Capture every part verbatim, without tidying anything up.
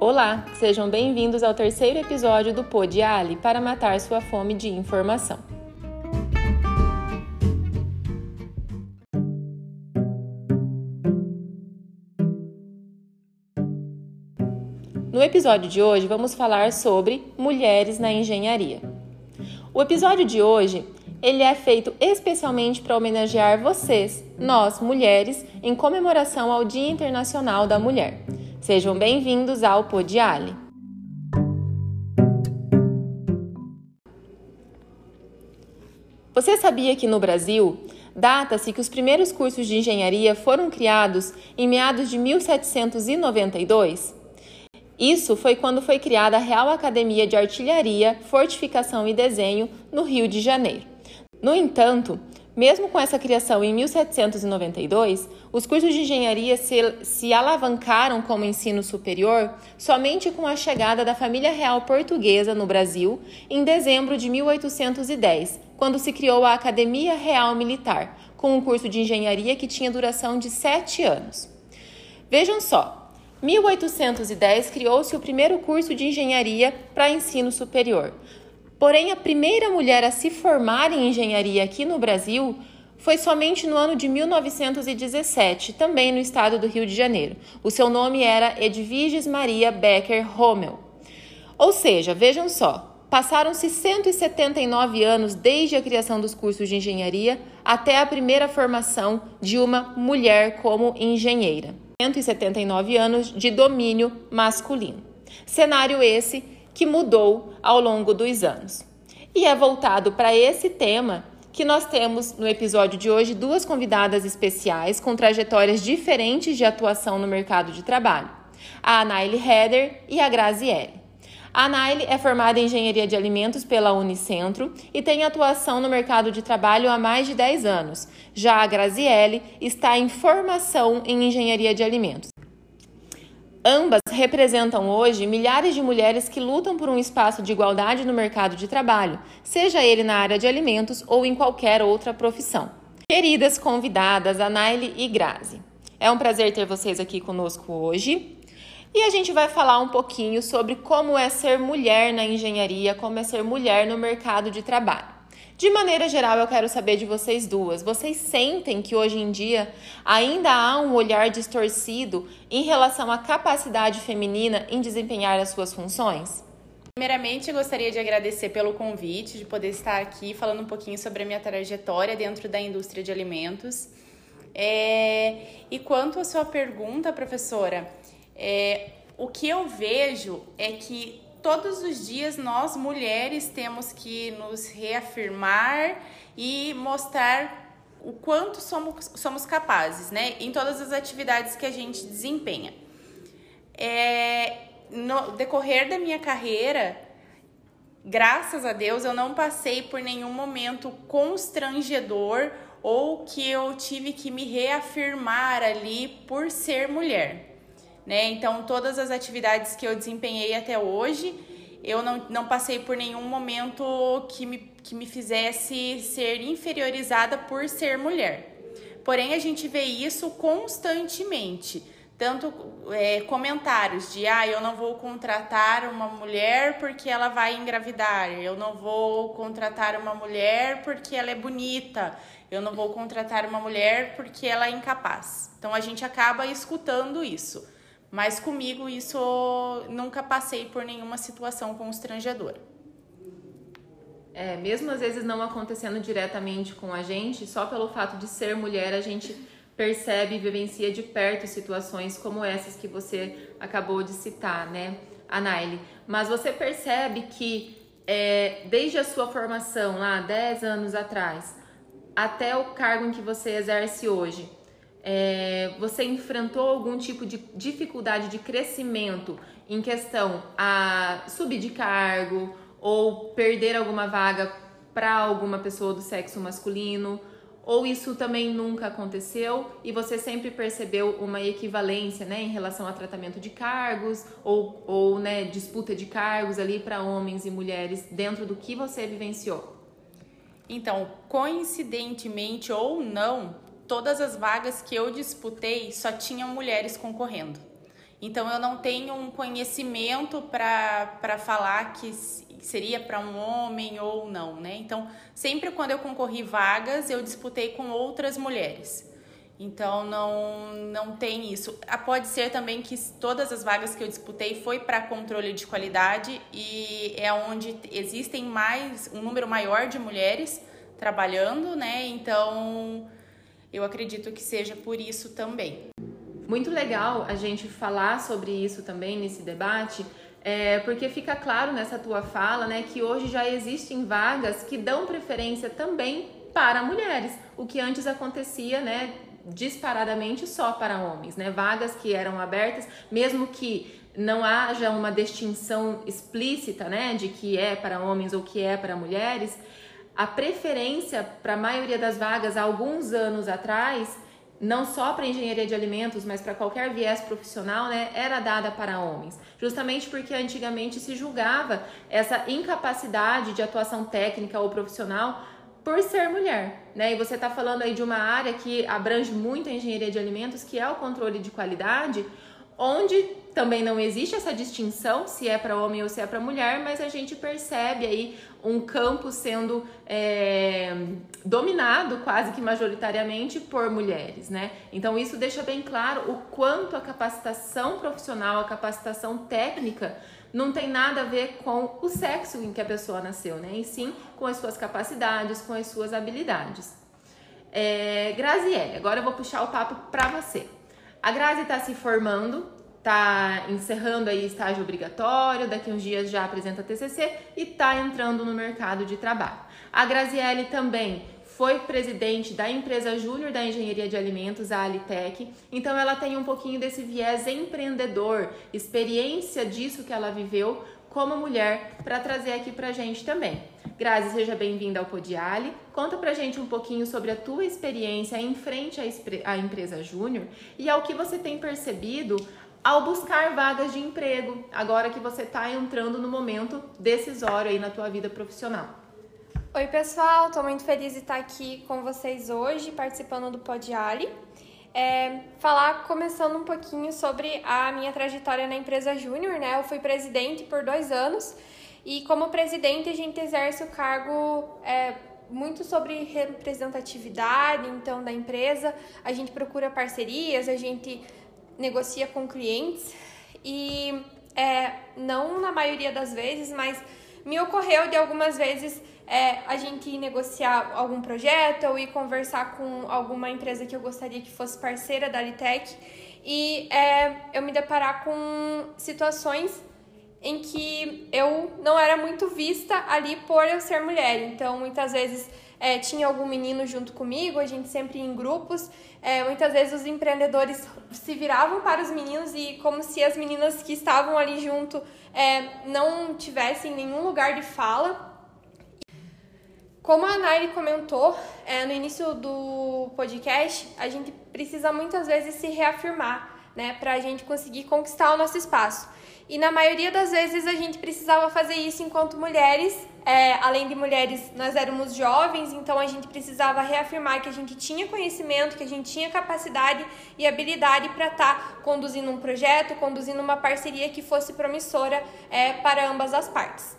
Olá, sejam bem-vindos ao terceiro episódio do Pod Ali para matar sua fome de informação. No episódio de hoje vamos falar sobre mulheres na engenharia. O episódio de hoje ele é feito especialmente para homenagear vocês, nós, mulheres, em comemoração ao Dia Internacional da Mulher. Sejam bem-vindos ao Pod Ali. Você sabia que no Brasil, data-se que os primeiros cursos de engenharia foram criados em meados de mil setecentos e noventa e dois? Isso foi quando foi criada a Real Academia de Artilharia, Fortificação e Desenho, no Rio de Janeiro. No entanto, mesmo com essa criação em mil setecentos e noventa e dois, os cursos de engenharia se, se alavancaram como ensino superior somente com a chegada da família real portuguesa no Brasil em dezembro de mil oitocentos e dez, quando se criou a Academia Real Militar, com um curso de engenharia que tinha duração de sete anos. Vejam só, em mil oitocentos e dez criou-se o primeiro curso de engenharia para ensino superior. Porém, a primeira mulher a se formar em engenharia aqui no Brasil foi somente no ano de mil novecentos e dezessete, também no estado do Rio de Janeiro. O seu nome era Edviges Maria Becker Rommel. Ou seja, vejam só, passaram-se cento e setenta e nove anos desde a criação dos cursos de engenharia até a primeira formação de uma mulher como engenheira. cento e setenta e nove anos de domínio masculino. Cenário esse que mudou ao longo dos anos. E é voltado para esse tema que nós temos no episódio de hoje duas convidadas especiais com trajetórias diferentes de atuação no mercado de trabalho, a Anaile Heder e a Graziele. A Anaile é formada em Engenharia de Alimentos pela Unicentro e tem atuação no mercado de trabalho há mais de dez anos. Já a Graziele está em formação em Engenharia de Alimentos. Ambas representam hoje milhares de mulheres que lutam por um espaço de igualdade no mercado de trabalho, seja ele na área de alimentos ou em qualquer outra profissão. Queridas convidadas, Anaile e Grazi, é um prazer ter vocês aqui conosco hoje. E a gente vai falar um pouquinho sobre como é ser mulher na engenharia, como é ser mulher no mercado de trabalho. De maneira geral, eu quero saber de vocês duas. Vocês sentem que hoje em dia ainda há um olhar distorcido em relação à capacidade feminina em desempenhar as suas funções? Primeiramente, eu gostaria de agradecer pelo convite, de poder estar aqui falando um pouquinho sobre a minha trajetória dentro da indústria de alimentos. É... E quanto à sua pergunta, professora, é... o que eu vejo é que todos os dias nós, mulheres, temos que nos reafirmar e mostrar o quanto somos, somos capazes, né? Em todas as atividades que a gente desempenha. É, no decorrer da minha carreira, graças a Deus, eu não passei por nenhum momento constrangedor ou que eu tive que me reafirmar ali por ser mulher. Né? Então, todas as atividades que eu desempenhei até hoje, eu não, não passei por nenhum momento que me, que me fizesse ser inferiorizada por ser mulher. Porém, a gente vê isso constantemente. Tanto é, comentários de, ah, eu não vou contratar uma mulher porque ela vai engravidar, eu não vou contratar uma mulher porque ela é bonita, eu não vou contratar uma mulher porque ela é incapaz. Então, a gente acaba escutando isso. Mas comigo isso nunca passei por nenhuma situação constrangedora. É, mesmo às vezes não acontecendo diretamente com a gente, só pelo fato de ser mulher a gente percebe e vivencia de perto situações como essas que você acabou de citar, né, Anaile? Mas você percebe que é, desde a sua formação lá, dez anos atrás, até o cargo em que você exerce hoje, É, você enfrentou algum tipo de dificuldade de crescimento em questão a subir de cargo ou perder alguma vaga para alguma pessoa do sexo masculino? Ou isso também nunca aconteceu e você sempre percebeu uma equivalência, né, em relação a tratamento de cargos ou, ou né, disputa de cargos ali para homens e mulheres dentro do que você vivenciou? Então, coincidentemente ou não, todas as vagas que eu disputei só tinham mulheres concorrendo. Então, eu não tenho um conhecimento para falar que seria para um homem ou não, né? Então, sempre quando eu concorri vagas, eu disputei com outras mulheres. Então, não, não tem isso. Pode ser também que todas as vagas que eu disputei foi para controle de qualidade e é onde existem mais, um número maior de mulheres trabalhando, né? Então, eu acredito que seja por isso também. Muito legal a gente falar sobre isso também nesse debate, é, porque fica claro nessa tua fala, né, que hoje já existem vagas que dão preferência também para mulheres, o que antes acontecia, né, disparadamente só para homens, né? Vagas que eram abertas, mesmo que não haja uma distinção explícita, né, de que é para homens ou que é para mulheres, a preferência para a maioria das vagas há alguns anos atrás, não só para engenharia de alimentos, mas para qualquer viés profissional, né, era dada para homens, justamente porque antigamente se julgava essa incapacidade de atuação técnica ou profissional por ser mulher, né? E você está falando aí de uma área que abrange muito a engenharia de alimentos, que é o controle de qualidade, onde também não existe essa distinção se é para homem ou se é para mulher, mas a gente percebe aí um campo sendo é, dominado quase que majoritariamente por mulheres, né? Então isso deixa bem claro o quanto a capacitação profissional, a capacitação técnica não tem nada a ver com o sexo em que a pessoa nasceu, né? E sim com as suas capacidades, com as suas habilidades. É, Graziele, agora eu vou puxar o papo para você. A Grazi está se formando, está encerrando aí estágio obrigatório, daqui uns dias já apresenta T C C e está entrando no mercado de trabalho. A Graziele também foi presidente da empresa júnior da engenharia de alimentos, a Alitec, então ela tem um pouquinho desse viés empreendedor, experiência disso que ela viveu como mulher, para trazer aqui pra gente também. Grazi, seja bem-vinda ao Podiali. Conta pra gente um pouquinho sobre a tua experiência em frente à empresa júnior e ao que você tem percebido ao buscar vagas de emprego, agora que você está entrando no momento decisório aí na tua vida profissional. Oi pessoal, estou muito feliz de estar aqui com vocês hoje, participando do Podiali. É, falar, começando um pouquinho sobre a minha trajetória na empresa júnior, né? Eu fui presidente por dois anos e como presidente a gente exerce o cargo é, muito sobre representatividade, então, da empresa. A gente procura parcerias, a gente negocia com clientes e é, não na maioria das vezes, mas me ocorreu de algumas vezes é, a gente negociar algum projeto ou ir conversar com alguma empresa que eu gostaria que fosse parceira da Alitec e é, eu me deparar com situações em que eu não era muito vista ali por eu ser mulher. Então, muitas vezes é, tinha algum menino junto comigo, a gente sempre ia em grupos. É, muitas vezes os empreendedores se viravam para os meninos e como se as meninas que estavam ali junto é, não tivessem nenhum lugar de fala. Como a Nairi comentou é, no início do podcast, a gente precisa muitas vezes se reafirmar, né, para a gente conseguir conquistar o nosso espaço. E na maioria das vezes a gente precisava fazer isso enquanto mulheres, é, além de mulheres, nós éramos jovens, então a gente precisava reafirmar que a gente tinha conhecimento, que a gente tinha capacidade e habilidade para estar tá conduzindo um projeto, conduzindo uma parceria que fosse promissora é, para ambas as partes.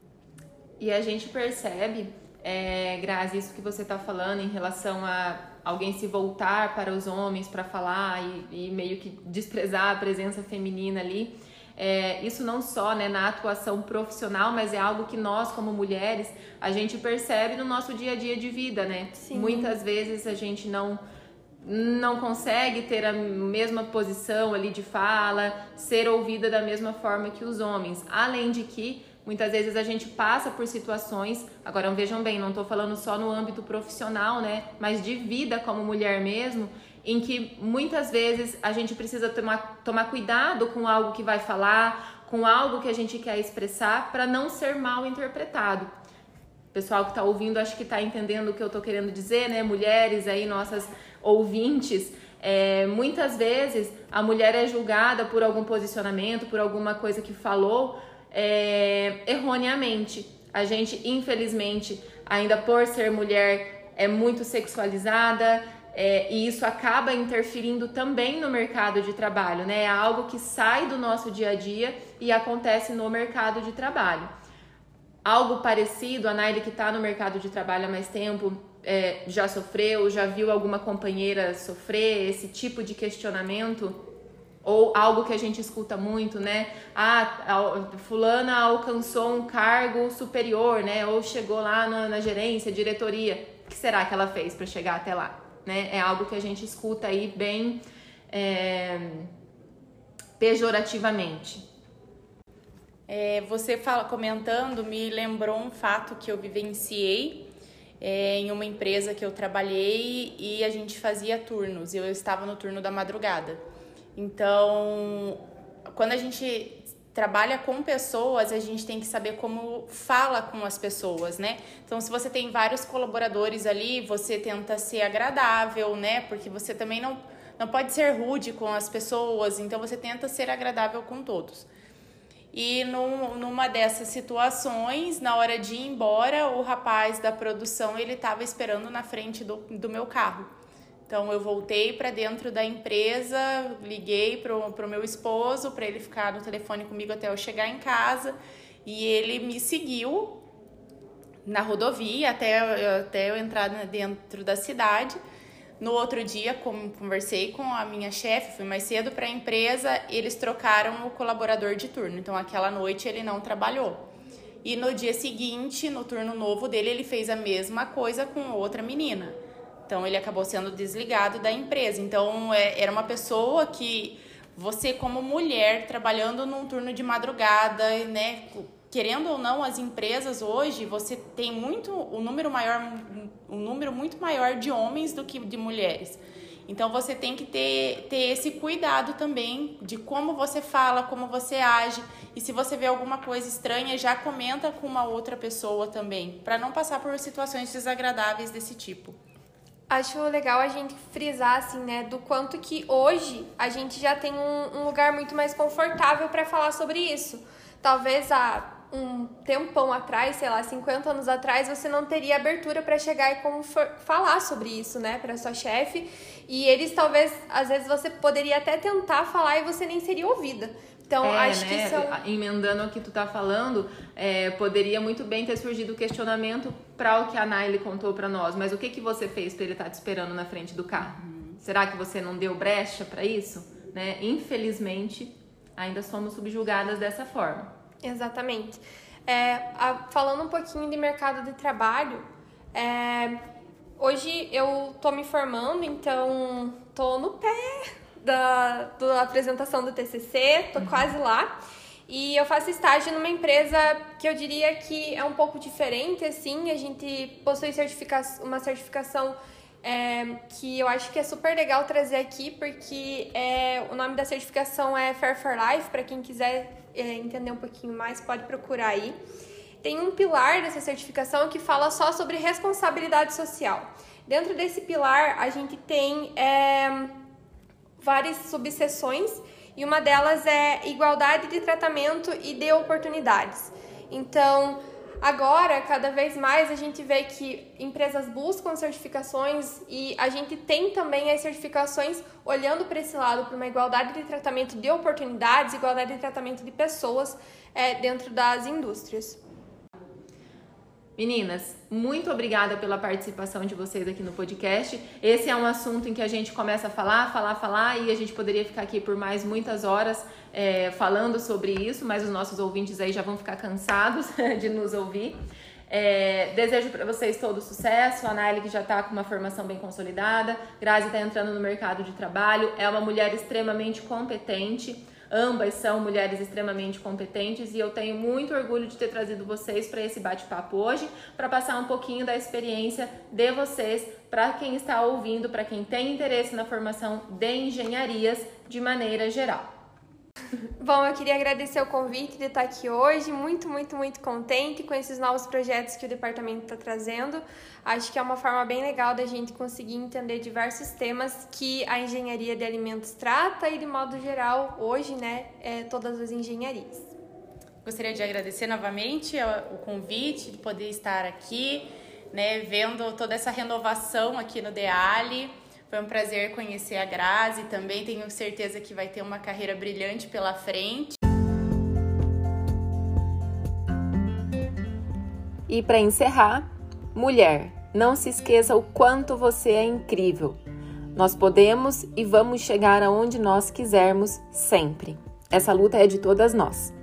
E a gente percebe, é, Grazi, isso que você está falando em relação a alguém se voltar para os homens para falar e, e meio que desprezar a presença feminina ali. É, isso não só, né, na atuação profissional, mas é algo que nós, como mulheres, a gente percebe no nosso dia a dia de vida, né? Sim. Muitas vezes a gente não, não consegue ter a mesma posição ali de fala, ser ouvida da mesma forma que os homens. Além de que, muitas vezes a gente passa por situações, agora vejam bem, não estou falando só no âmbito profissional, né, mas de vida como mulher mesmo, em que muitas vezes a gente precisa tomar, tomar cuidado com algo que vai falar, com algo que a gente quer expressar, para não ser mal interpretado. O pessoal que está ouvindo, acho que está entendendo o que eu estou querendo dizer, né? Mulheres aí, nossas ouvintes, é, muitas vezes a mulher é julgada por algum posicionamento, por alguma coisa que falou é, erroneamente. A gente, infelizmente, ainda por ser mulher, é muito sexualizada, É, e isso acaba interferindo também no mercado de trabalho, né? É algo que sai do nosso dia a dia e acontece no mercado de trabalho. Algo parecido, a Naile que está no mercado de trabalho há mais tempo, é, já sofreu, já viu alguma companheira sofrer esse tipo de questionamento? Ou algo que a gente escuta muito, né? Ah, fulana alcançou um cargo superior, né? Ou chegou lá na, na gerência, diretoria. O que será que ela fez para chegar até lá? Né? É algo que a gente escuta aí bem é, pejorativamente. É, você fala, comentando, me lembrou um fato que eu vivenciei é, em uma empresa que eu trabalhei e a gente fazia turnos. Eu estava no turno da madrugada. Então, quando a gente trabalha com pessoas, a gente tem que saber como fala com as pessoas, né? Então, se você tem vários colaboradores ali, você tenta ser agradável, né? Porque você também não, não pode ser rude com as pessoas, então você tenta ser agradável com todos. E num, numa dessas situações, na hora de ir embora, o rapaz da produção, ele estava esperando na frente do, do meu carro. Então, eu voltei para dentro da empresa, liguei para o meu esposo, para ele ficar no telefone comigo até eu chegar em casa. E ele me seguiu na rodovia até, até eu entrar dentro da cidade. No outro dia, como conversei com a minha chefe, fui mais cedo para a empresa, eles trocaram o colaborador de turno. Então, aquela noite ele não trabalhou. E no dia seguinte, no turno novo dele, ele fez a mesma coisa com outra menina. Então, ele acabou sendo desligado da empresa. Então, é, era uma pessoa que você, como mulher, trabalhando num turno de madrugada, né, querendo ou não, as empresas hoje, você tem muito, um número maior, um número muito maior de homens do que de mulheres. Então, você tem que ter, ter esse cuidado também de como você fala, como você age. E se você vê alguma coisa estranha, já comenta com uma outra pessoa também, para não passar por situações desagradáveis desse tipo. Acho legal a gente frisar, assim, né, do quanto que hoje a gente já tem um, um lugar muito mais confortável para falar sobre isso. Talvez há um tempão atrás, sei lá, cinquenta anos atrás, você não teria abertura para chegar e como for, falar sobre isso, né, para sua chefe. E eles talvez, às vezes você poderia até tentar falar e você nem seria ouvida. Então, é, acho né? que são... Emendando o que tu tá falando, é, poderia muito bem ter surgido o questionamento para o que a Naile contou para nós. Mas o que, que você fez para ele estar te esperando na frente do carro? Uhum. Será que você não deu brecha para isso? Né? Infelizmente, ainda somos subjugadas dessa forma. Exatamente. É, a, falando um pouquinho de mercado de trabalho, é, hoje eu tô me formando, então tô no pé da, da apresentação do T C C, tô uhum. quase lá. E eu faço estágio numa empresa que eu diria que é um pouco diferente, assim. A gente possui certifica- uma certificação é, que eu acho que é super legal trazer aqui, porque é, o nome da certificação é Fair for Life. Para quem quiser é, entender um pouquinho mais, pode procurar aí. Tem um pilar dessa certificação que fala só sobre responsabilidade social. Dentro desse pilar, a gente tem é, várias subseções, e uma delas é igualdade de tratamento e de oportunidades. Então, agora, cada vez mais, a gente vê que empresas buscam certificações e a gente tem também as certificações olhando para esse lado, para uma igualdade de tratamento de oportunidades, igualdade de tratamento de pessoas é, dentro das indústrias. Meninas, muito obrigada pela participação de vocês aqui no podcast. Esse é um assunto em que a gente começa a falar, falar, falar e a gente poderia ficar aqui por mais muitas horas é, falando sobre isso, mas os nossos ouvintes aí já vão ficar cansados de nos ouvir. É, desejo para vocês todo sucesso. A Naile, que já está com uma formação bem consolidada, Grazi está entrando no mercado de trabalho, é uma mulher extremamente competente. Ambas são mulheres extremamente competentes e eu tenho muito orgulho de ter trazido vocês para esse bate-papo hoje, para passar um pouquinho da experiência de vocês para quem está ouvindo, para quem tem interesse na formação de engenharias de maneira geral. Bom, eu queria agradecer o convite de estar aqui hoje, muito, muito, muito contente com esses novos projetos que o departamento está trazendo. Acho que é uma forma bem legal da gente conseguir entender diversos temas que a engenharia de alimentos trata e, de modo geral, hoje, né, é, todas as engenharias. Gostaria de agradecer novamente o convite, de poder estar aqui, né, vendo toda essa renovação aqui no DEALI. Foi um prazer conhecer a Grazi também, tenho certeza que vai ter uma carreira brilhante pela frente. E para encerrar, mulher, não se esqueça o quanto você é incrível. Nós podemos e vamos chegar aonde nós quisermos sempre. Essa luta é de todas nós.